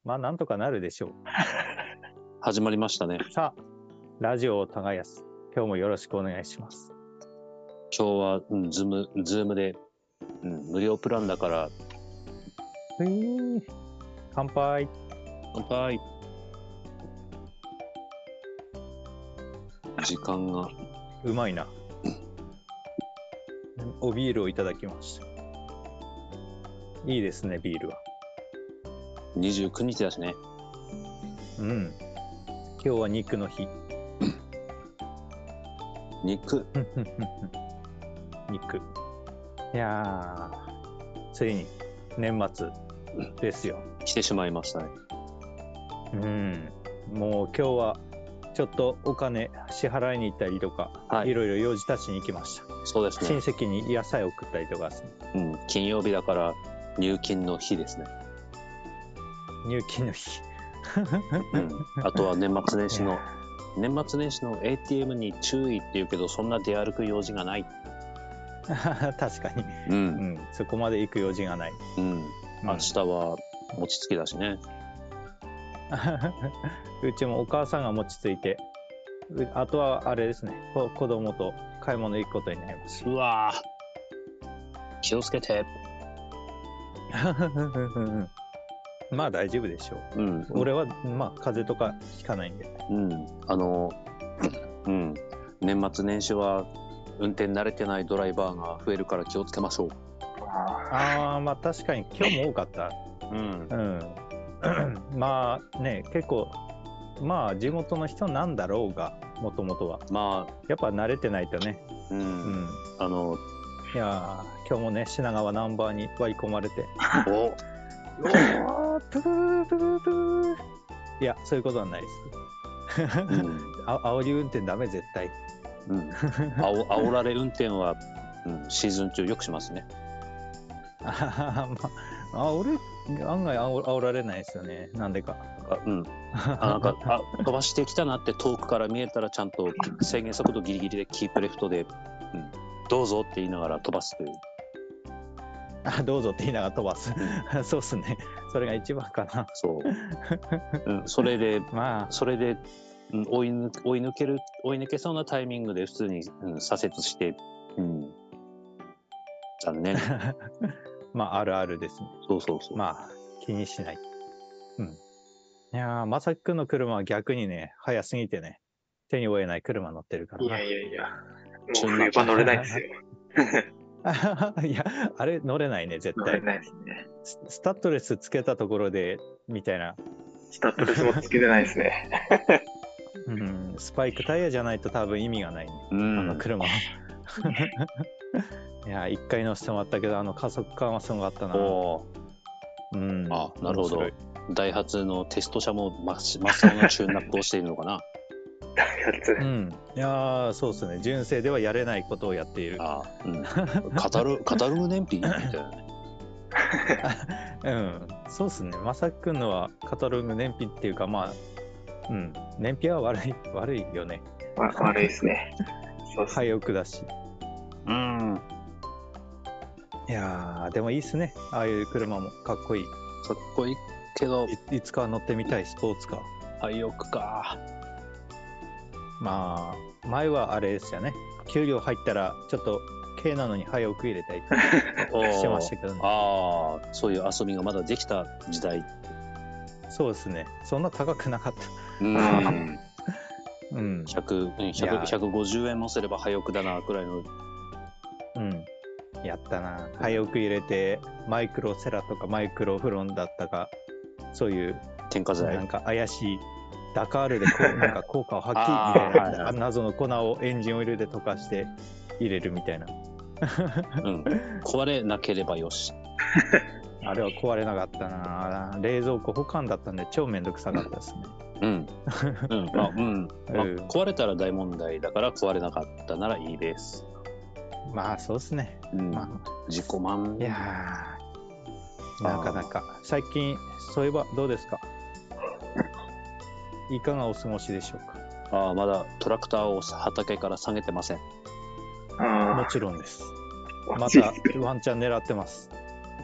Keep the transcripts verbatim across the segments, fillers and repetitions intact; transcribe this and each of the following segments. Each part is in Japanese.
まあなんとかなるでしょう。 始まりましたね。 さあ、ラジオを耕す。今日もよろしくお願いします。 今日は、うん、ズーム、ズームで、うん、無料プランだから。 うい乾杯。 乾杯。時間が。 うまいな。おビールをいただきました。いいですね、ビールは。 にじゅうくにちだしね。 うん。今日は肉の日。 肉。 肉。いやー、ついに年末ですよ。 来てしまいましたね。 うん。もう今日はちょっとお金支払いに行ったりとか、はい、いろいろ用事立ちに行きました。 そうですね。 親戚に野菜を送ったりとかですね。 うん。金曜日だから入金の日ですね。 入金の日。 うん、あとは年末年始の年末年始の エーティーエム に注意って言うけど、そんな出歩く用事がない。 確かに、 うんうん、 そこまで行く用事がない。 うん、明日は餅つきだしね。 うちもお母さんが餅ついて、あとはあれですね、子供と買い物行くことになります。 うわー、気をつけて。 まあ大丈夫でしょう。うん、俺はまあ風邪とかひかないんで。 うん、あの、うん、年末年始は運転慣れてないドライバーが増えるから気をつけましょう。 ああ、まあ確かに今日も多かった。うん。うん、まあね、結構まあ地元の人なんだろうが、もともとは。まあやっぱ慣れてないとね。 うん。うん、あのいや今日もね、品川ナンバーに割り込まれて。おおプープープー。いや、そういうことはないです。うん、あ煽り運転ダメ、絶対。 うん、あお煽られ運転は、うん、シーズン中よくしますね。 あ、まあ、俺案外あお煽られないですよね、なんでか。 あ、うん、あなんかあ飛ばしてきたなって遠くから見えたらちゃんと制限速度ギリギリでキープレフトで、うん、どうぞって言いながら飛ばすという。 あ、どうぞって言いながら飛ばす。うん、そうっすね。それが一番かな。 そう。うん、それで、まあ、それで、うん、追い抜、追い抜ける、追い抜けそうなタイミングで普通に、うん、左折して、うん、残念。 まあ、あるあるですね。 そうそうそう。 まあ、気にしない。うん。いやー、まさきくんの車は逆にね、速すぎてね、手に負えない車乗ってるからな。 いやいやいや、もう冬場乗れないですよ。 いや、あれ乗れないね、絶対。 乗れないですね。 スタッドレスつけたところで、みたいな。 スタッドレスもつけてないですね。 うん、スパイクタイヤじゃないと多分意味がないね、うん、あの車。いや、一回乗せてもらったけど、あの加速感はすごかったな。おうん、あ、なるほど。ダイハツのテスト車も真っ青なチューンナップをしているのかな。 ダイハツ。 うん。いやそうですね。純正ではやれないことをやっている。あ、 うん。カタルカタルム燃費みたいなね。 うん。そうですね。まさきくんのはカタログ燃費っていうか、まあ、うん。燃費は悪い悪いよね。 ま、悪いですね。 そうですね。廃屋だし。 うん。 いやでもいいっすね。ああいう車もかっこいい。 かっこいいけど、 い, いつか乗ってみたいスポーツカー。 廃屋か。 まあ前はあれですよね。給料入ったらちょっと軽なのに早送入れたりしてましたけどね。 ああ、そういう遊びがまだできた時代。 そうですね。そんな高くなかった。 うん。うん。ひゃく、ひゃく、ひゃくごじゅうえん乗せれば早送だなくらいの。 うん。やったな。早送入れてマイクロセラとかマイクロフロンだったか、そういう添加剤なんか怪しいダカールでこうなんか効果を発揮みたいな、はいはい、謎の粉をエンジンオイルで溶かして入れるみたいな。 うん、壊れなければよし。 あれは壊れなかったな。冷蔵庫保管だったんで超めんどくさかったですね。 うん。うん。まあ、うん。まあ、壊れたら大問題だから壊れなかったならいいです。 まあそうですね。 うん。 まあ、 自己満。 いやなかなか最近そういえばどうですか。いかがお過ごしでしょうか。ああ、まだトラクターを畑から下げてません。 もちろんです。またワンチャン狙ってます。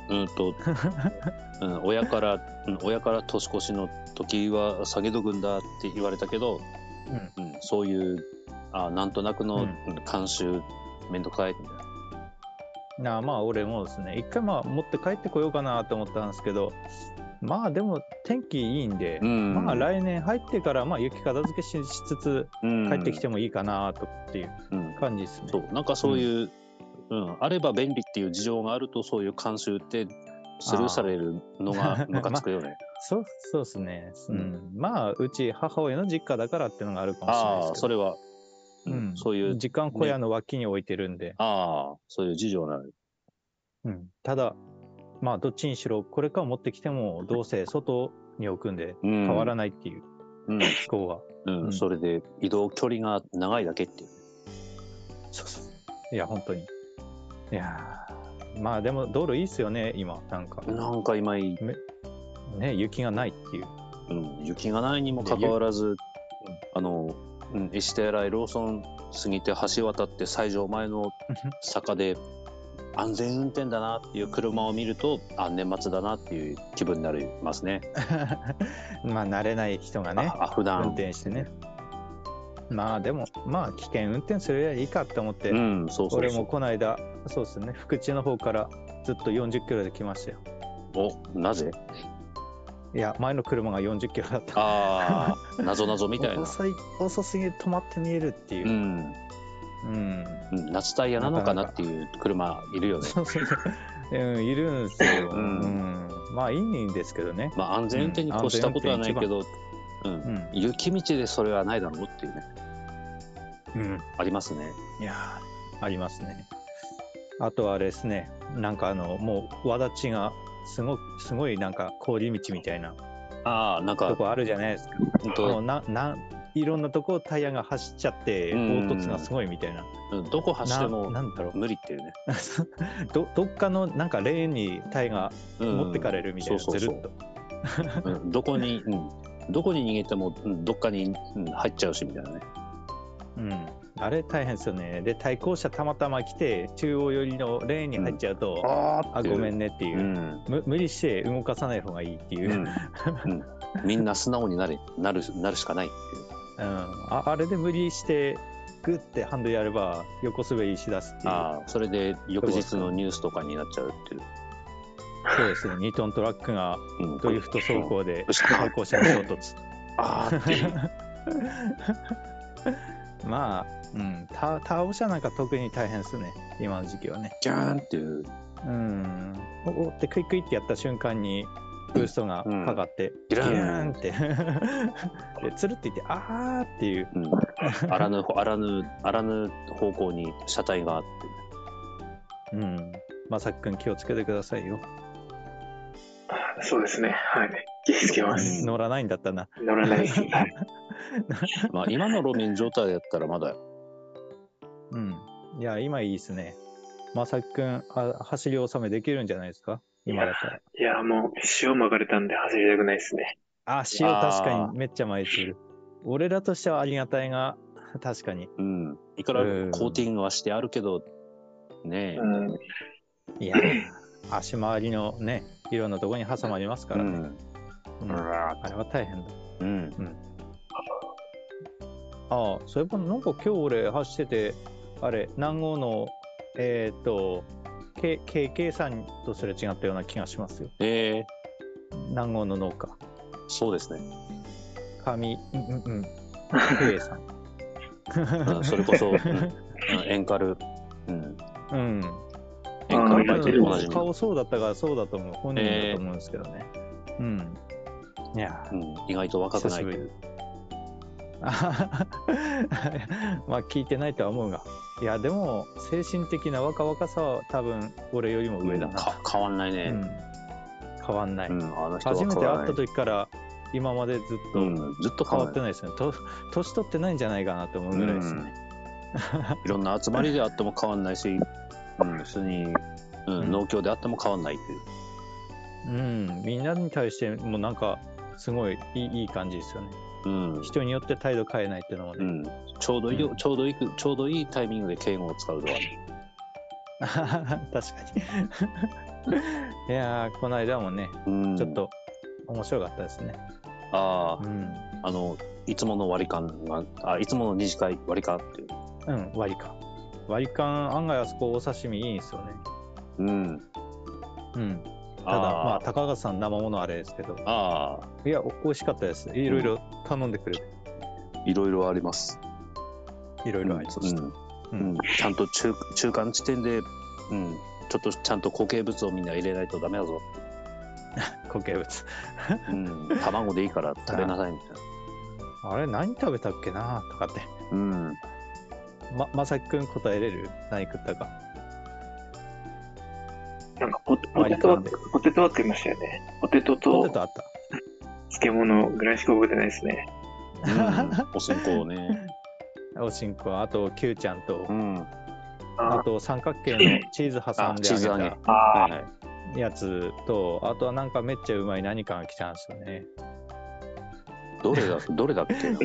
うんと、うん、親から、うん、親から年越しの時は下げとくんだって言われたけど、うんうん、そういうあなんとなくの慣習、めんどくさいみたいな。なまあ俺もですね、一回まあ持って帰ってこようかなと思ったんですけど、まあでも天気いいんで、 うんまあ来年入ってからまあ雪片付けしつつうん帰ってきてもいいかなとっていう感じですね。 そうなんかそういう、うんうん、あれば便利っていう事情があるとそういう慣習ってスルーされるのがムカつくよね。まあ、 そうそうですね、うんうん。まあうち母親の実家だからっていうのがあるかもしれないですけど。あそれは、 うん、そういう時間小屋の脇に置いてるんで。ね、 ああそういう事情なの。 うん、ただまあどっちにしろこれから持ってきてもどうせ外に置くんで変わらないっていう、うん、気候は、 うんうん、それで移動距離が長いだけっていう。 そうそう。いや本当に。いやまあでも道路いいっすよね今なんか。 なんか今いい。 ね雪がないっていう。 うん、雪がないにもかかわらず、うん、あの、うん、エシテライローソン過ぎて橋渡って西条前の坂で安全運転だなっていう車を見ると、あ年末だなっていう気分になりますね。 まあ慣れない人がねあ普段運転してね。まあでもまあ危険運転するよりいいかって思って、うん、そうそうそう俺もこの間そうですね福知の方からずっとよんじゅっキロで来ましたよ。 おなぜ？ いや前の車がよんじゅっキロだった。 ああ謎謎みたいな。 遅い遅すぎて止まって見えるっていう。うんうん、夏タイヤなのかなっていう車いるよね。 そうそうそう、うん、いるんですよ、うんうん、まあいいんですけどね。 まあ安全運転に越したことはないけど、うんうん、雪道でそれはないだろうっていうね、うん、ありますね。 いやありますね。あとはあれですね、なんかあのもうわだちがすごすごいなんか氷道みたいなあなんかとこあるじゃないですか。もうなないろんなとこタイヤが走っちゃって凹凸がすごいみたいな、 うん、どこ走っても無理っていうね。 ど, どっかのなんかレーンにタイが持ってかれるみたいな、ずるっとどこに、うん、どこに逃げても、うん、どっかに、うん、入っちゃうしみたいなね。 うん、あれ大変ですよね。で対向車たまたま来て中央寄りのレーンに入っちゃうと、うん、ああごめんねっていう、うん、無理して動かさない方がいいっていう、うんうん、みんな素直になるなるなるしかないっていう。 うん、あ, あれで無理してグッてハンドルやれば横滑りしだすっていう。 あそれで翌日のニュースとかになっちゃうっていう。 そうですね、にトントラックがドリフト走行で対向車に衝突、あーっていうまあ、うん、タ, ターボ車なんか特に大変ですね今の時期はね。 ジャーンっていう、 うん、おおってクイックイってやった瞬間にブーストがかかって、うん、ギューンってでつるっていってあーっていう、うん、 あらぬあらぬあらぬ方向に車体があって、 うん、まさきくん気をつけてくださいよ。 そうですね、はい気をつけます。 乗らないんだったな。 乗らないです、はい、 まあ今の路面状態だったらまだうんいや今いいですね。まさきくんあ走り納めできるんじゃないですか今だったら。 いや、もう塩巻かれたんで走りたくないですね。 あ、塩確かにめっちゃ巻いてる。俺らとしてはありがたいが、確かに。 うん。いくらコーティングはしてあるけど、ねえ。うん、 いや、足回りのね、いろんなところに挟まりますからね。うんうん、あれは大変だ。うん。うん、ああ、そういえばなんか今日俺走ってて、あれ、南郷の、えっ、ー、と、ケーケー さんとすれ違ったような気がしますよ。 えー、南郷の農家。 そうですね。 上、うんうんうん。K さん。 うん、それこそ、うん、エンカル。うん。 うん。エンカルバイトで同じみ。顔そうだったからそうだと思う。本人だと思うんですけどね。えー、うん。いや、 うん、意外と若くない。 まあ聞いてないとは思うが。いやでも精神的な若々さは多分俺よりも上だな、うん、 か変わんないね、うん、 変わんない、うん、 あの人は初めて会った時から今までずっと、うん、 ずっと変わってないですね。と年取ってないんじゃないかなと思うぐらいですね、 うん、いろんな集まりであっても変わんないし、うん、普通に、うん、農協であっても変わんないっていう、 うん、みんなに対してもなんかすごいいい、いい感じですよね。うん、人によって態度変えないっていうのもね、うん、 ちょうどいい、うん、ちょうどいいちょうどいいタイミングで敬語を使うとは、ね、 確かにいやー、この間もね、 うん、 ちょっと面白かったですね。 ああ、 うん。 あのいつもの割り勘があいつもの二次会割り勘っていう。 うん、割り勘。割り勘、案外あそこお刺身いいんですよね。 うん。 うん。ただ、 あーまあ、高橋さん生ものあれですけど、 あいや、お美味しかったです。いろいろ頼んでくれて、 ー、いろいろあります。 いろいろありました。 うんううんん、ちゃんと 中, 中間地点で、うん、ちょっとちゃんと固形物をみんな入れないとダメだぞ。 固形物。 うん、卵でいいから食べなさいみたいな。 あれ、何食べたっけなとかって。 うん。 ま、まさきくん答えれる？何食ったか。 なんかポテポ割り勘でテトはポテトは食いましたよね。ポテトとポテトあった。 漬物ぐらいしか覚えてないですね。 うん、お線香ね。 おしんこ、あと、Q ちゃんとう、ん。 ああと三角形のチーズ挟あ、 んでチーズ揚げ。 揚げたあはいはい。 やつと、あとはなんかめっちゃうまい何かが来たんですよね。 どれだ、どれだっけな。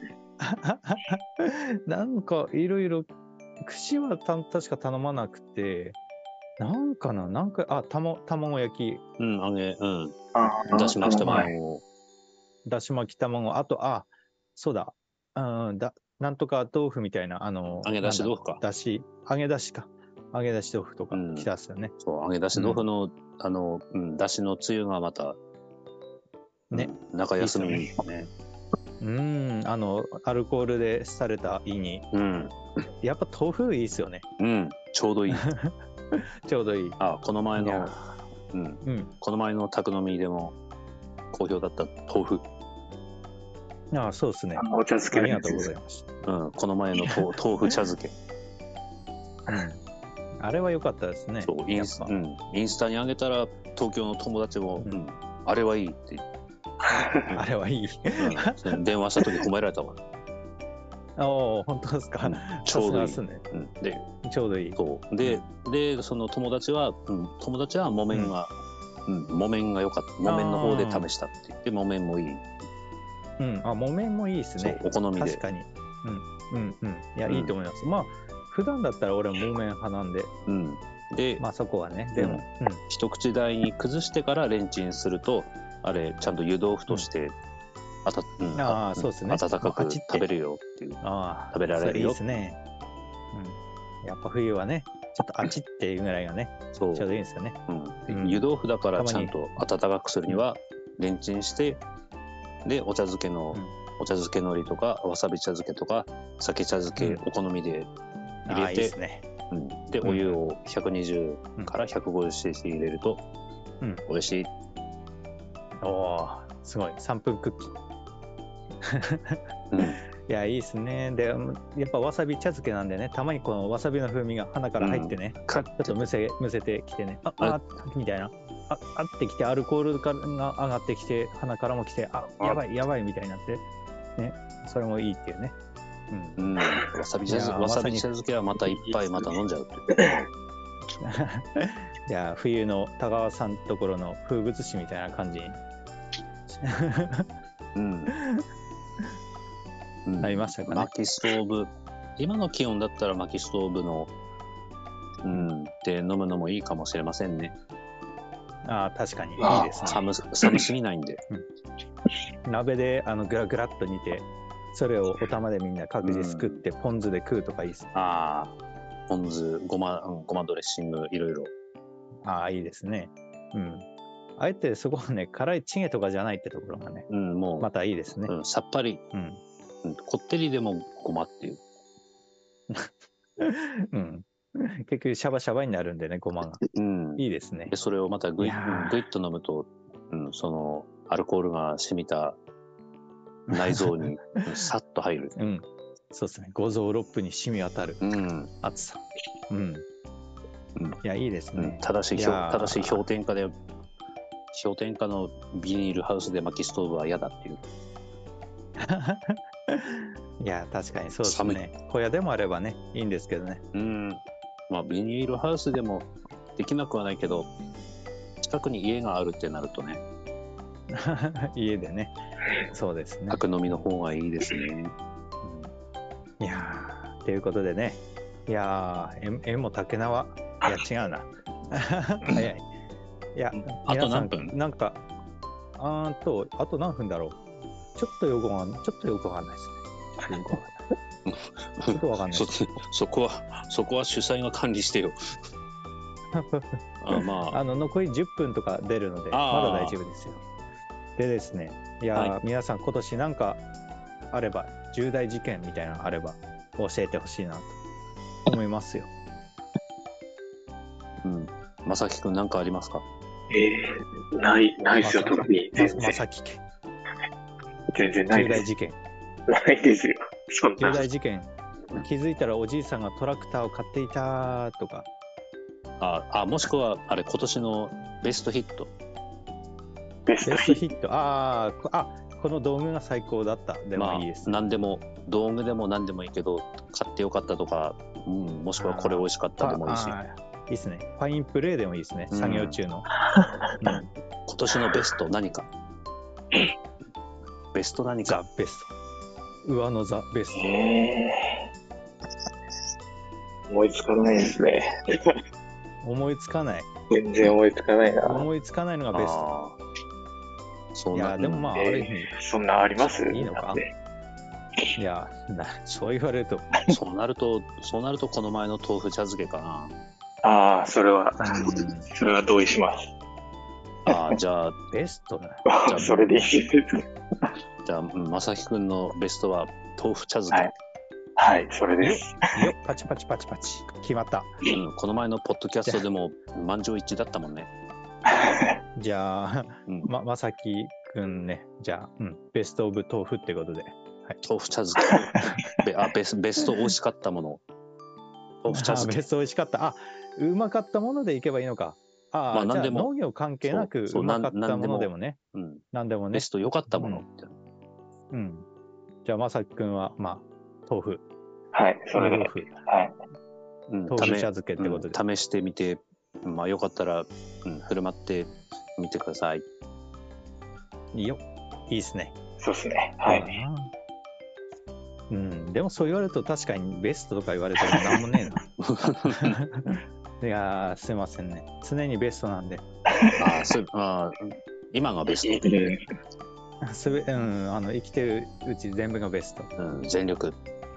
なんかいろいろ、串はた確か頼まなくて、なんかな、なんか、あ、たも卵焼き、 うん、揚げ、うん。 ああ、 だし巻きはい卵を。 だし巻き卵、あと、あ、そうだ、うんだ、なんとか豆腐みたいな、あの、 揚げ出し豆腐かなんだだし、揚げ出しか。揚げ出し豆腐とかうん来たっすよね。 そう、揚げ出し豆腐の、あの、うん、だしのつゆがまた、 ね。 うん、中休みいいね。 うん、あの、アルコールでされた胃に、 うん、 やっぱ豆腐いいっすよね。 うん、ちょうどいい。 ちょうどいい。 あ、この前いやの、うん、 うん。 この前の宅飲みでも好評だった豆腐。 ああ、そうですね。 あのお茶漬けありがとうごのやつですざいました。 うん、この前のと豆腐茶漬け。 うん。あれは良かったですね。 そう、インス、 やっぱうん、インスタに上げたら東京の友達も、 うんうん、あれはいいって、 あれはいい。 うん、電話した時褒められたわ。 おお、本当ですか。 うんちょうどいいさすがっすね。 うん、で、 ちょうどいい。 そうで、で、その友達は、うん、友達は木綿が、うん、木綿が良かった。木綿の方で試したって言って、木綿もいい。 うん。あ、木綿もいいですね。 そう、お好みで。 確かに。うん。うん。うん。いや、 うんいいと思います。まあ、普段だったら俺も木綿派なんで、 うん。で、 まあそこはね。でも、 一口大に崩してからレンチンすると、あれ、ちゃんと湯豆腐として、あた、うん、 ああそうですね温かくあっちって食べるよっていう。 ああ、 食べられるよそいいですね。うん。やっぱ冬はね、ちょっとあちっていうぐらいがね、 そうちょうどいいんですよね。 うんうん湯豆腐だからたまにちゃんと温かくするにはレンチンしてでお茶漬けの、 うんお茶漬け海苔とかわさび茶漬けとか酒茶漬け、 うんお好みで入ああ、 れていいですね。 うん、でうんお湯をひゃくにじゅうから ひゃくごじゅうシーシー 入れるとうん美味しい。 おお、すごい。さんぷんクッキー。 うんいや、いいですね。で、やっぱわさび茶漬けなんでね、たまにこのわさびの風味が鼻から入ってね、 カッちょっとむせむせてきてね、あああみたいな、ああってきて、アルコールが上がってきて、鼻からもきて、あやばい、やばいみたいになって、ね、それもいいっていうね。うんうん、わさび茶いやー漬わさびまさに茶漬けはまた一杯また飲んじゃうっていう。 いや、冬の田川さんのところの風物詩みたいな感じにうんうんなりましたかね。 薪ストーブ今の気温だったら薪ストーブのうんで飲むのもいいかもしれませんね。 ああ、確かにいいあーですね。 寒す寒すぎないんで。 鍋であのグラグラっと煮て、それをお玉でみんな各自すくって、ポン酢で食うとかいいですね。 ああポン酢ごまうんごまドレッシングいろいろ。 ああ、いいですね。うん。あえてそこはね、辛いチゲとかじゃないってところがね、 うんもう、 またいいですね。 うん、さっぱり、 うん。 うん、こってりでもごまっていう。 うん。結局、シャバシャバになるんでね、ごまが。 うん、 いいですねで。それをまたグイいやーうんグイッと飲むと、うん、そのアルコールが染みた内臓にうんさっと入る。 うん。そうですね。五臓六腑に染み渡るうん熱さ。うん。 うんいや、いいですうんね。 正しいいやー正しい氷点下で氷点下のビニールハウスで薪ストーブは嫌だっていう。 いや、確かにそうです寒ね。小屋でもあればね、いいんですけどね。 うんまあビニールハウスでもできなくはないけど近くに家があるってなるとね家でね。そうですね。 宅飲みの方がいいですね。 うんいやー、ということでね。いやー、え、えも竹縄。いや、違うな。早い。 いや、 あと何皆分さんなんか、あーんと、あと何分だろう。ちょっとよくわかんない。ちょっとよくわかんないですね。ちょっとよくわかんない。ちょっとわかんないそです。 そこはそこは主催が管理してよ。あまああの残りじゅっぷんとか出るので、 あーまだ大丈夫ですよ。でですね、いやー、 は皆さん今年なんかあれば、重大事件みたいなのあれば教えてほしいなと思いますよ。 うんまさきくんなんかありますか？ えー、ない、ないですよ、特に。 ま全然、 まさき家全然ないです。 重大事件。 ないですよ。そん重な。 大事件。気づいたらおじいさんがトラクターを買っていたとか。 ああもしくはあれ今年のベストヒット。 ベストベストヒッヒット。あーあ、この道具が最高だったでまもいいですあ。何でも道具でも何でもいいけど買ってよかったとか、うん、もしくはこれ美味しかったでもいいし、 あーいいですね。ファインプレーでもいいですね。 うん作業中の。うん今年のベスト何かベスト何ザか。・ベスト。上のザ・ベスト。えー、思いつかないですね。 ト。思いつかない。 全然思いつかないな。 思いつかないのがベスト。 あーそうないや、でもまあ、あえーる意味、 そんなありますいいのかだっていや、なそう言われると、 うんそうなるとそうなるとこの前の豆腐茶漬けかな。 ああ、それは、 うんそれは同意します。 あーじゃあベストな。 じゃあそれでいいです。 じゃあうんまさきくんのベストは豆腐茶漬け、 はいはい、それです。 よっ、パチパチパチパチ。決まった。 うん、この前のポッドキャストでも満場一致だったもんね。 じゃあ、 うんま、まさきくんね、じゃあ、うん、ベストオブ豆腐ってことで。 豆腐茶漬け。べあベスベスト美味しかったもの。豆腐茶あ漬け。 ベスト美味しかった。あ、うまかったものでいけばいいのか。あ、 まあじゃあ何でも農業関係なくそうそううまかったなんものでもね。 うん、 なんでもねベ。スト良かったものって。 うん。じゃあ、まさきくんは、まあ、豆腐。 はい、それで。 豆腐。 はい。 うん、 豆腐茶漬けってことで。 うん試してみて、まあよかったら、うん、振る舞ってみてください。 いいよ。いいですね。 そうですね。はい。 うん、でもそう言われると確かにベストとか言われてもなんもねえな。いやー、すいませんね。常にベストなんで。 あそあ今がベスト。 すべ、うん、あの生きてるうち全部がベスト。 うん、全力。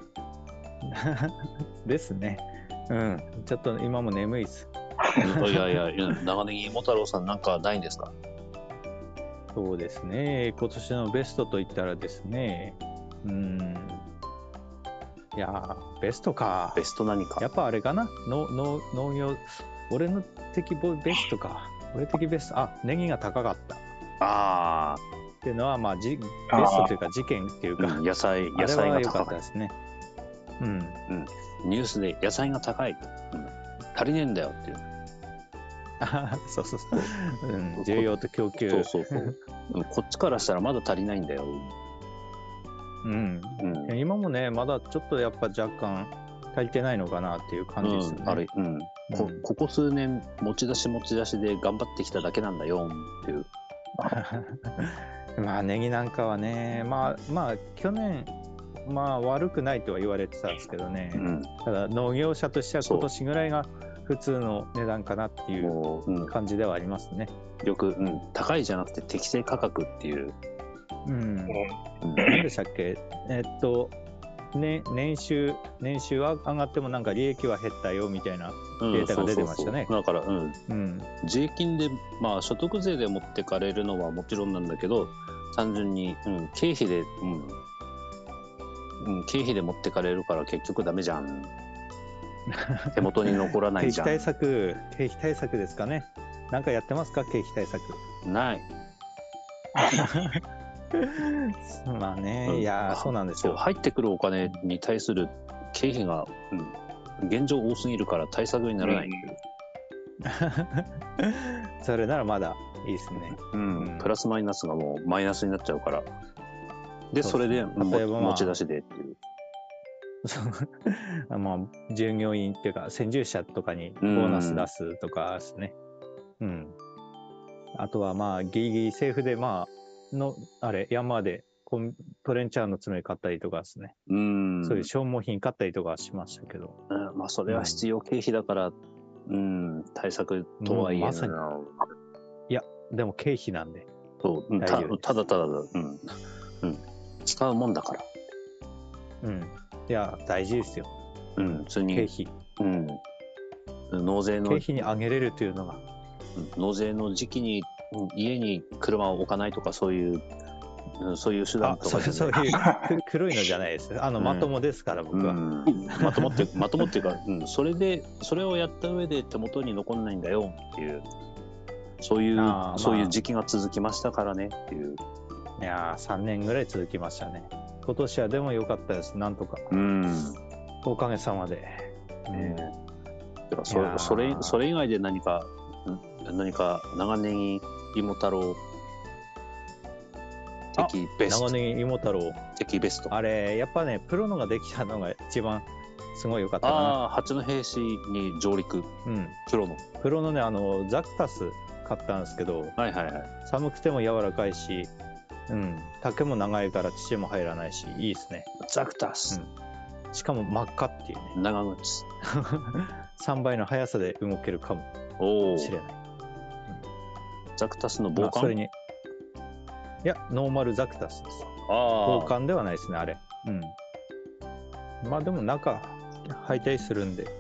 ですね。うん、ちょっと今も眠いです。 いやいやいや、長ネギも太郎さんなんかないんですか？ そうですね。今年のベストと言ったらですね。うん。いやー、ベストか。 ベスト何か。 やっぱあれかなのの農業、俺の的ベストか。俺的ベスト、あ、ネギが高かった。 あっていうのは、まあ、じベあーストというか事件っていうあ、 か、 うん野菜あれ野菜は良かが高い。 ったですね。うん。 ニュースで野菜が高い、うん、足りねえんだよっていう。 そうそうそう。うん、需要と供給。 そうそうそう。うんこっちからしたらまだ足りないんだよ。 うん。 うん。 今もね、まだちょっとやっぱ若干足りてないのかなっていう感じですよね。 うん、あれ、うんこうんここ数年持ち出し持ち出しで頑張ってきただけなんだよっていう。 まあネギなんかはね、まあまあ去年まあ悪くないとは言われてたんですけどね、 うん、 ただ農業者としては今年ぐらいが普通の値段かなっていうもう、うん、 感じではありますね。 よく、うん、高いじゃなくて適正価格っていう。 うん。 うん何でしたっけ？えっと、ね、年収年収は上がってもなんか利益は減ったよみたいなうんデータが出てましたね。 そうそうそうだから、うん、 うん。 税金で、まあ、所得税で持ってかれるのはもちろんなんだけど、単純に、うん、経費で、うんうん、経費で持ってかれるから結局ダメじゃん。手元に残らないじゃん。 経費対策、経費対策ですかね。なんかやってますか、経費対策。 ない。 まあね、 うんいやー、そうなんですよ。 入ってくるお金に対する経費が、うん、現状多すぎるから対策にならないっていう。 それならまだいいですね。 うんうんプラスマイナスがもうマイナスになっちゃうから。で、そそうですねれでも例えばまあ持ち出しでっていう。 まあ、従業員っていうか、先住者とかにボーナス出すとかですね。うん。あとはまあ、ギリギリ政府でまあ、の、あれ、山でコントレンチャーの爪買ったりとかですね。 うんそういう消耗品買ったりとかしましたけど。 うんまあそれは必要経費だから、うん、対策とはいえな、 もうまさにいや、でも経費なんで。 そう、たただただ、うん、うん、使うもんだから。 うん。いや、大事ですよ。 うん、普通に。 経費。 うん。納税の。 経費に上げれるというのが。 納税の時期に家に車を置かないとか、そういう、そういう手段とかじゃない。そういう黒いのじゃないです。あの、うん、まともですから、僕は。うん、 まともって、まともっていうか、うん、それで、それをやった上で手元に残んないんだよっていう、そういう、まあ、そういう時期が続きましたからねっていう。 いやー、さんねんぐらい続きましたね。今年はでも良かったです、なんとか。 うん。 おかげさまで。 ねえ。そ, それそれ以外で何か何か長ネギ芋太郎的ベスト。 長ネギ芋太郎的ベスト。 あれやっぱね、プロのができたのが一番すごい良かったかな。 ああ、八戸市に上陸。うん。プロの。 プロのね、あのザクタス買ったんですけど、 はいはいはい。 寒くても柔らかいし、うん、丈も長いから土も入らないし、いいですね。 ザクタス。 うん、しかも真っ赤っていうね。 長靴。 さんばいの速さで動けるかもしれない。 うん、ザクタスの防寒、まあ、 それにいや、ノーマルザクタスです。防寒ではないですね、あれ。うん。まあでも中、履いたりするんで。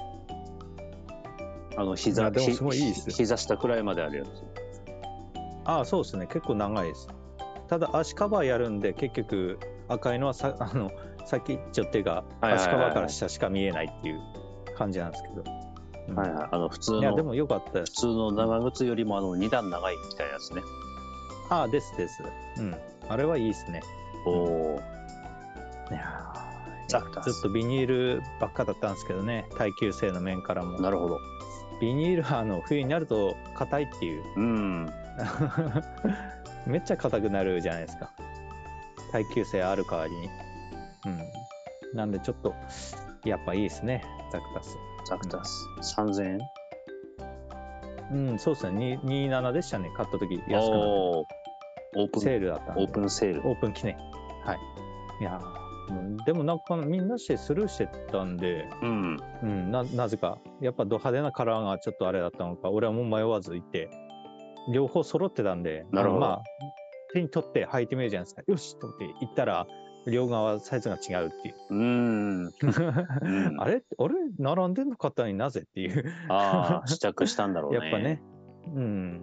あの膝、 でもすごいいいですよ。 膝下くらいまであるやつ。 ああ、そうですね。結構長いです。ただ足カバーやるんで、結局赤いのはさあの先っちょ手が足カバーから下しか見えないっていう感じなんですけど。 うん、はいはい。あの普通の。 いやでも良かったです。 普通の長靴よりもあのに段長いみたいなやつね。 ああ、ですです。うん。あれはいいですね。 おお。 いやずっとビニールばっかだったんですけどね、耐久性の面からも。 なるほど。 ビニールはあの冬になると硬いっていう。 うん。 めっちゃ硬くなるじゃないですか。耐久性ある代わりに。うん。なんでちょっとやっぱいいですね、ザクタス。 ザクタス、うん、さんぜんえん。 うん、そうですね。にじゅうななでしたね、買った時安くなって。 オープンセールだったんで。 オープンセール。 オープン記念。はい。いやー、うん、でもなんかみんなしてスルーしてたんで、うん、うん、な, なぜかやっぱド派手なカラーがちょっとあれだったのか、俺はもう迷わず行って両方揃ってたんで、 なるほど。 まあ手に取って履いてみるじゃないですか。よしと思って行ったら両側サイズが違うっていう。 うーんあれ俺並んでんの方になぜっていう。 ああ、試着したんだろうね。 やっぱね、うん、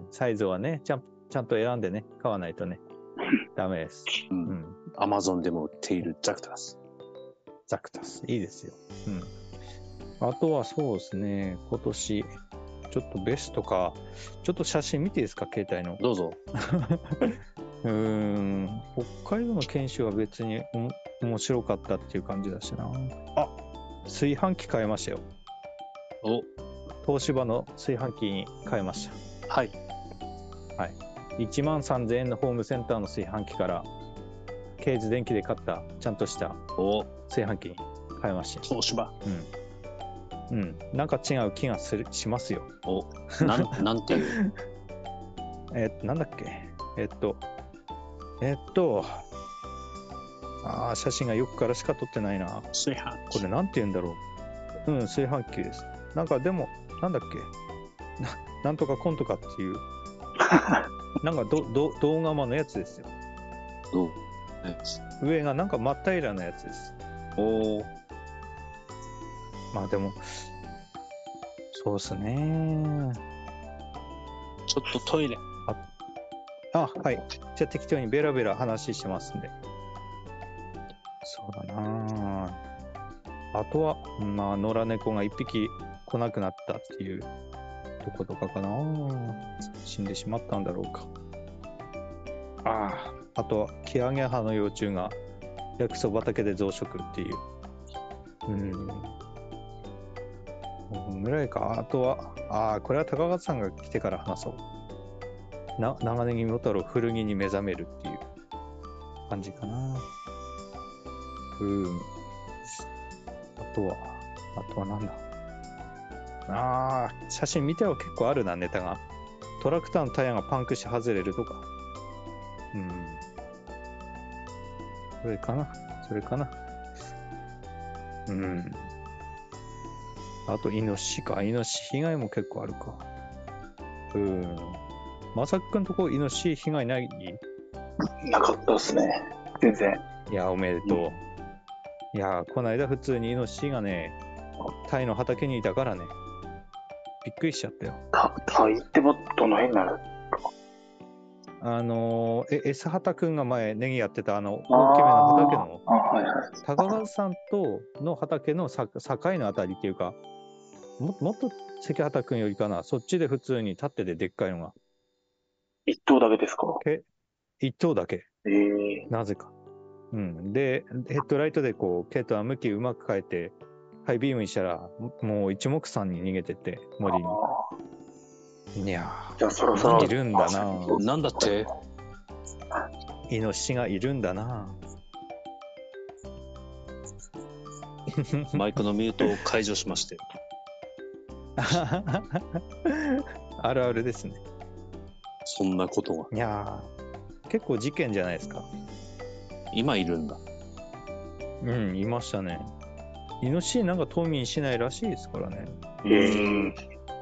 サイズはねちゃん、ちゃんと選んでね買わないとねダメです。 うん。うん、アマゾンでも売っているザクタス。 ザクタスいいですよ。うん。あとはそうですね、今年ちょっとベストか、ちょっと写真見ていいですか、携帯の。 どうぞ。 うーん、北海道の研修は別にお面白かったっていう感じだしな。あ、炊飯器買いましたよ。 お、 東芝の炊飯器に買いました。 はい。 はい。いちまんさんぜんえんのホームセンターの炊飯器から、ケーズ電機で買ったちゃんとした炊飯器に買いました。 東芝。 うん。うん。なんか違う気がするしますよ。 お、なん、なんていう。 えっと、なんだっけ。えっと、えっと、ああ、写真がよくからしか撮ってないな。 炊飯器。 これなんて言うんだろう。うん、炊飯器です。なんかでも、なんだっけ。な, なんとかコンとかっていう。なんかどど動画マのやつですよ。 どう上がなんか真っ平らなやつです。 おお。 まあでも、そうですね。 ちょっとトイレ。 あ、あ、はい。じゃあ適当にベラベラ話してますんで。そうだな。あとは、まあ、野良猫が一匹来なくなったっていうとことかかな。死んでしまったんだろうか。ああ、あとは、キアゲハの幼虫が薬草畑で増殖っていう。うん。ぐらいか。あとは、ああ、これは高勝さんが来てから話そう。な長ネギモタロ古着に目覚めるっていう感じかな。うん。あとは、あとはなんだ。ああ、写真見ては結構あるな、ネタが。トラクターのタイヤがパンクし外れるとか。うん。それかな。それかな。うん。あと、イノシシか。イノシシ被害も結構あるか。うん。 まさくんとこイノシシ被害ない？ なかったですね。全然。 いや、おめでとう。うん、いや、この間普通にイノシシがね、タイの畑にいたからね、びっくりしちゃったよ。 タタイってどの辺になる？ あのー、え、エスハタくんが前ネギやってたあの大きめの畑の、 あ、はいはい、 高川さんとの畑のさ境のあたりっていうか、も, もっと関畑くんよりかな、そっちで普通に立っててでっかいのが。 一頭だけですか？ け一頭だけ。 えー、 なぜか。うん。で、ヘッドライトでこう、系統は向きうまく変えて、ハイビームにしたら、もう一目散に逃げてて、森に。いやー、 じゃあそろそろいるんだな。 なんだって？ イノシシがいるんだな。 マイクのミュートを解除しまして。 あるあるですね。 そんなことが。 いやー、結構事件じゃないですか。 今いるんだ。 うん、いましたね。イノシシなんか冬眠しないらしいですからね。 えー、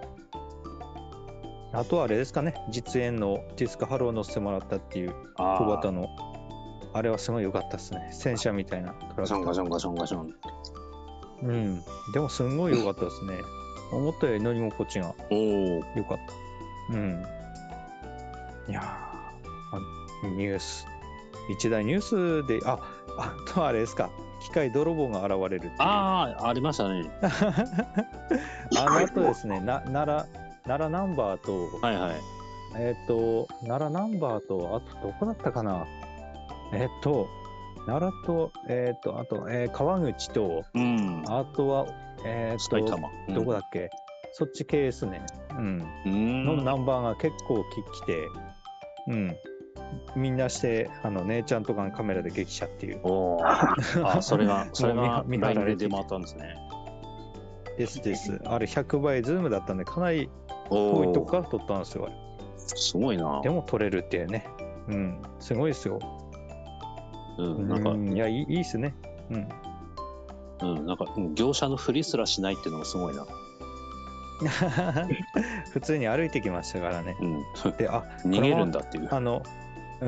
あとはあれですかね、実演のディスクハローを乗せてもらったっていう小型の、あれはすごい良かったですね。戦車みたいなトラガションガションガションガション。 うん、でもすんごい良かったですね。思ったより乗り心地が良かった。うん。いやー、ニュース。一大ニュースで、あ、あとはあれですか、機械泥棒が現れるっていう。 ああ、ありましたね。 あの後ですね、な奈良、奈良ナンバーと、 はいはい。 えっ、ー、と、奈良ナンバーと、あとどこだったかな。えっ、ー、と、奈良と、えっ、ー、と、あと、えー、川口と、 うん、 あとは、えっ、ー、と、 うん、 どこだっけ、そっち系ですね。うん。うんのナンバーが結構き来て、うん。みんなして、あの姉ちゃんとかのカメラで激写っていう。 おあ、それが、それが見張られて出回ったんですね。 ですです。あれひゃくばいズームだったんで、かなり遠いとこから撮ったんですよ。 すごいな。 でも撮れるっていうね。うん、すごいですよ。 うん、なんか、 いや、いい、いいっすね。うん。 うん、なんか、業者のふりすらしないっていうのがすごいな。 普通に歩いてきましたからね。 うん、 で、あ、 逃げるんだっていう。 あの、うん、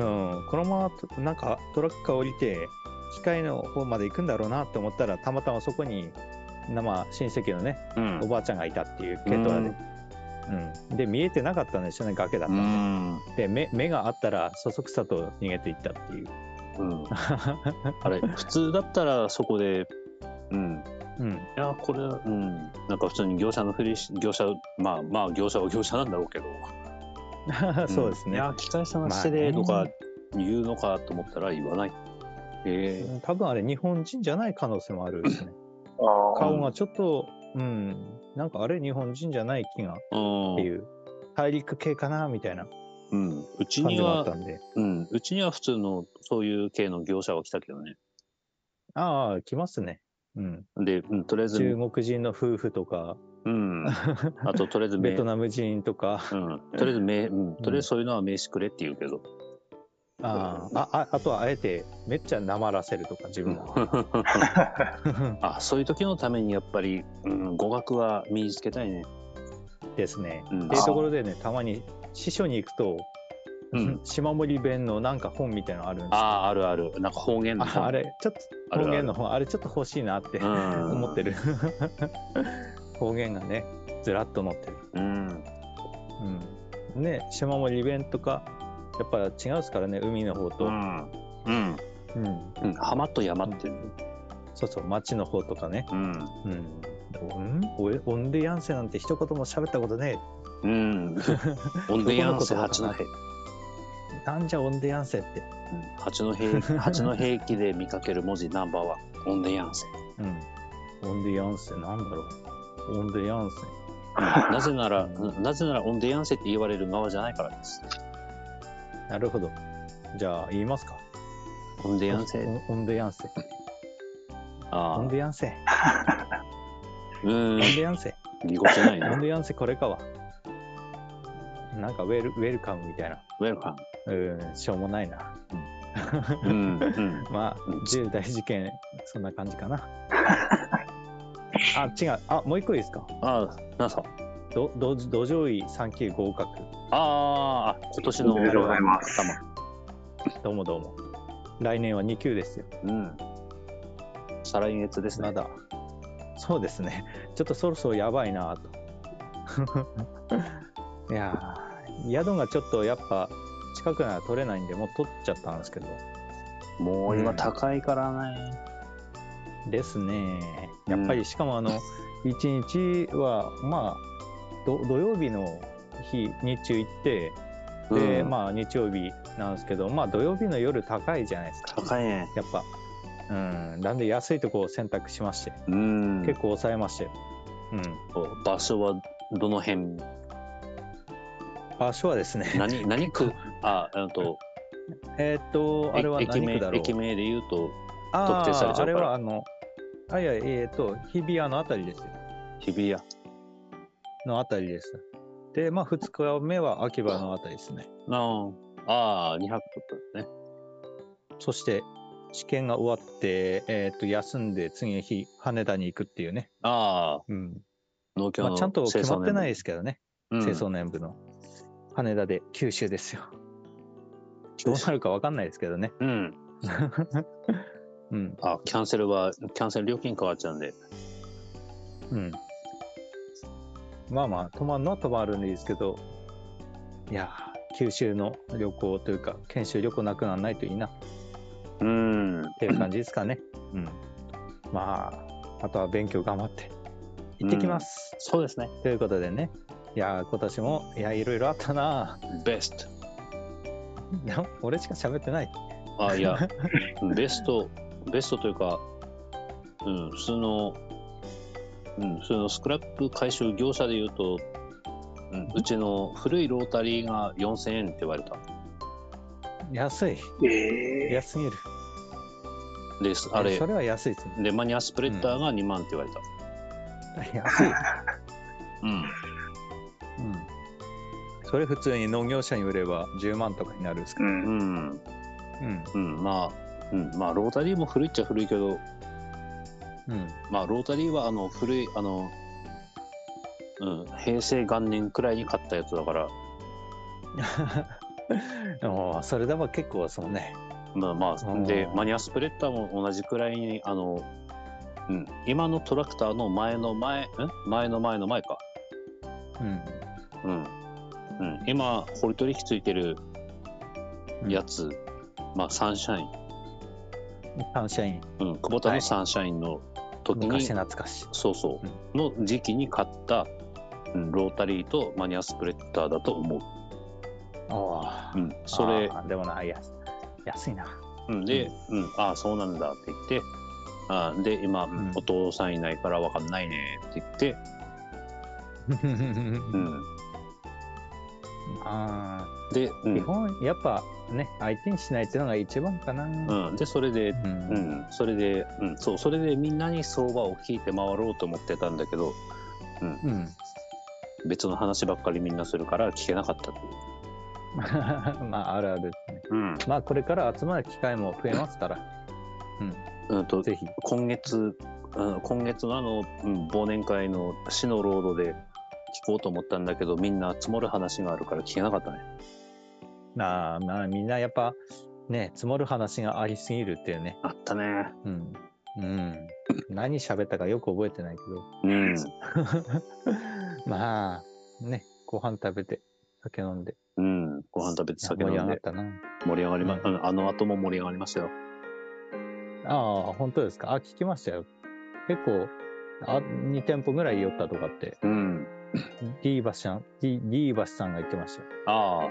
このままなんかトラックから降りて機械の方まで行くんだろうなって思ったら、たまたまそこに生親戚のね、うん、おばあちゃんがいたっていう軽トラで、うん、で見えてなかったんですよね、崖だったんで、で 目, 目があったらそそくさと逃げていったっていう、 うん、あれ普通だったらそこで、うんうん、いやこれは、うん、なんか普通に業者のふりし業者まあまあ業者は業者なんだろうけどそうですね、うん、 いや機械さんがしてでとか言うのかと思ったら言わない、えー、 多分あれ日本人じゃない可能性もあるですね顔がちょっと、うん、なんかあれ日本人じゃない気がっていう大陸系かなみたいなうんうちにはうん、うちには普通のそういう系の業者は来たけどね。 ああ来ますね。うん、 で、うん、とりあえず中国人の夫婦とか、 うん、あととりあえずベトナム人とか、 うん、とりあえず名、うん、とりあえずそういうのは名刺くれって言うけど、 うん、ああ、あとはあえてめっちゃなまらせるとか自分もあそういう時のためにやっぱり、うん、語学は身につけたいね。 ですね。うん、っていうところでね、たまに司書に行くと、うん、島森弁のなんか本みたいなのあるんですよ。 ああ、あるある。なんか方言の本。 あ, あれ、ちょっと方言の本、あれちょっと欲しいなって思ってる。方言がね、ずらっと載ってる。うん。うん、ね、島森弁とか、やっぱ違うですからね、海の方と。うん。 うん。うん。浜と山っていう、 うん。そうそう、町の方とかね。うん。うん。うん、オンデヤンセなんて一言も喋ったことねえ。うん。オンデヤンセ八戸。 なんじゃオンデヤンセって。 うん、八戸八戸駅で見かける文字ナンバーはオンデヤンセ。 うん。オンデヤンセなんだろう。オンデヤンセ。 なぜならなぜならオンデヤンセって言われる側じゃないからです。 なるほど。じゃあ言いますか。 オンデヤンセ。 オンデヤンセ。 ああ。 オンデヤンセ。 うん。 オンデヤンセ。 ぎこちないな。 オンデヤンセこれかは。なんかウェルウェルカムみたいな。 ウェルカム。 うん、しょうもないな。 うんうんうん、 まあ重大事件そんな感じかな。あ、違う。あ、もう一個いいですか。 あ、なんすか。 どど土壌医さん級合格。 ああ、今年のおめでとうございます頭。 どうもどうも。来年はに級ですよ。 うん。再来月ですね。 まだ。そうですね。ちょっとそろそろやばいなと。いやー、宿がちょっとやっぱ近くなら取れないんで、もう取っちゃったんですけど。 もう今高いからね。 ですね。やっぱりしかもあの、いちにちはまあど土曜日の日日中行ってで、 うん、 まあ日曜日なんですけど、まあ土曜日の夜高いじゃないですか。 高いね。 やっぱ、うん、なんで安いとこを選択しまして、 うん、 結構抑えましたよ。 うん。場所はどの辺？ 場所はですね。 何何区？あ、あとえっとあれは何区だろう。 駅名駅名で言うとあ特定されちゃうから。 あれはあのあいやえっと日比谷のあたりですよ。 日比谷のあたりです。でまあふつかめは秋葉のあたりですね。 ああ、にはくね。 そして試験が終わって、えー、と休んで次の日羽田に行くっていうね。 ああ、 うん。 農協のまあ、ちゃんと決まってないで清すけどね。 掃年部。 清掃年部の羽田で九州ですよ。どうなるか分かんないですけどね。 うん。うん。 うん。 あ、キャンセルはキャンセル料金変わっちゃうんで。 うん。まあまあ泊まるのは泊まるんですけど、いや九州の旅行というか研修旅行なくならないといいなうん。 っていう感じですかね。うん。まああとは勉強頑張って行ってきます。 うん、そうですね。 ということでね、いや今年もいやいろいろあったな。 ベスト。 いや俺しか喋ってない。 あ、いやベストベストというか、うん、普通の、うん、普通のスクラップ回収業者でいうと、うん、うちの古いロータリーがよんせんえんって言われた。 安い。 えー、 安すぎる。 です。あれそれは安いですね。 でマニアスプレッダーがにまんって言われた。 安い。 うん。 うん。それ普通に農業者に売ればじゅうまんとかになるんですかうら。 うん。 うん。 うん。まあ、うん、まあロータリーも古いっちゃ古いけど、 うん。 まあロータリーはあの古いあの、うん、平成元年くらいに買ったやつだから。 おそれでも結構そうね。 まあまあでマニアスプレッダーも同じくらいにあの、うん、今のトラクターの前の前ん前の前の前か。 うん。 うん。うん、今掘り取り機ついてるやつ、うん、まあサンシャイン。 サンシャイン。 うん、久保田のサンシャインの時に、 昔懐かしい。 そうそう、うん、の時期に買った、うん、ロータリーとマニアスプレッダーだと思う。 ああ、 うん、それでもな、いや安いな。 うん、で、うん、ああそうなんだって言って、あで今、うん、お父さんいないから分かんないねって言って、うん、 あで、 うん、基本やっぱね相手にしないっていうのが一番かな。 うん、でそれで、うん、うん、それで、うん、そうそれでみんなに相場を聞いて回ろうと思ってたんだけど、うん、うん、別の話ばっかりみんなするから聞けなかったという。 まああるあるですね。 うん、 まあこれから集まる機会も増えますから。 うん、うんとぜひ今月、うん、今月のあの、うん、忘年会の市のロードで聞こうと思ったんだけどみんな積もる話があるから聞けなかったね。 あまあみんなやっぱね積もる話がありすぎるっていうね。 あったね。 うん。うん。何喋ったかよく覚えてないけど。 うん。 まあねご飯食べて酒飲んで。 うん。ご飯食べて酒飲んで。 盛り上がったな。 盛り上がりま、うん、あの後も盛り上がりましたよ。 ああ本当ですか。あ聞きましたよ。結構あに店舗ぐらい寄ったとかって。 うん。 D バスさん D, D バスさんが言ってましたよ。 ああ。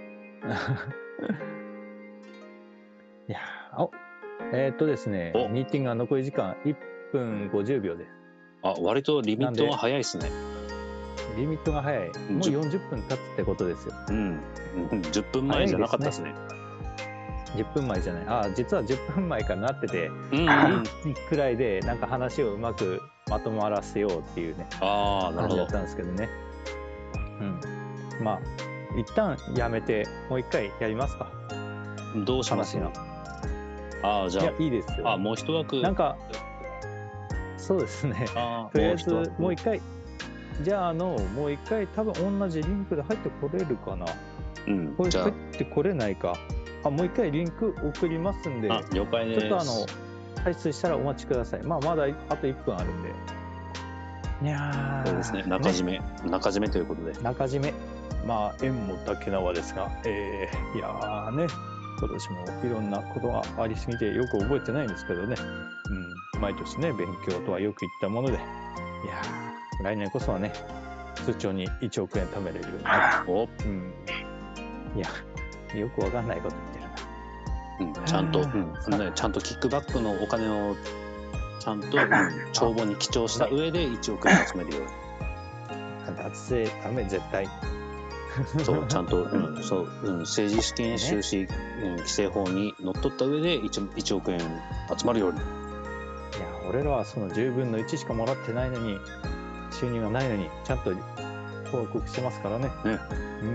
いやおえー、っとですねミーティングは残り時間いっぷんごじゅうびょうです。 あ割とリミットが早いですね。 リミットが早い。もうよんじゅっぷん経つってことですよ。 うん。じゅっぷんまえじゃなかったですね。 じゅっぷんまえじゃない。あ実はじゅっぷんまえからなってて、 うん、 くらいでなんか話をうまくまとまらせようっていうね。 ああなるほど。 だったんですけどね。うん。まあ一旦やめてもう一回やりますか。 どうしますか。ああじゃあいやいいですよ。 あもう一枠なんかそうですね。とりあえずもう一回じゃあ、あの、もう一回、多分同じリンクで入ってこれるかな。 うん、 これじゃあ入ってこれないか。あ、もう一回リンク送りますんで、 あ了解です。 ちょっとあの、退出したらお待ちください。まあ、まだあといっぷんあるんで。いやー、 そうですね、中締め、ね、中締めということで。 中締め。まあ、縁も竹縄ですが、えー、いやーね、今年もいろんなことがありすぎてよく覚えてないんですけどね。うん、毎年ね、勉強とはよく言ったもので、いやー、来年こそはね、通帳にいちおくえん貯めれるようになる。お、うん、いや、よくわかんないこと言ってるな。 うん、ちゃんと、うんね、ちゃんとキックバックのお金をちゃんと、うん、帳簿に記帳した上でいちおくえん集めるように。 脱税ダメ絶対。 そうちゃんと、うん、そう、うん、政治資金収支、ね、うん、規正法にのっとった上で 1, いちおくえん集まるように。いや俺らはそのじゅうぶんのいちしかもらってないのに、収入がないのにちゃんと報告してますからね。ね、うん、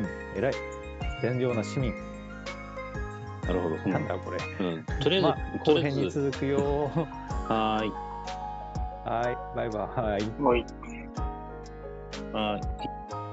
偉い善良な市民。 なるほど。 なんだこれ。 うん、とりあえず、まあ、 後編に続くよ。 はーい。 はい、バイバイ。 はい。 はい。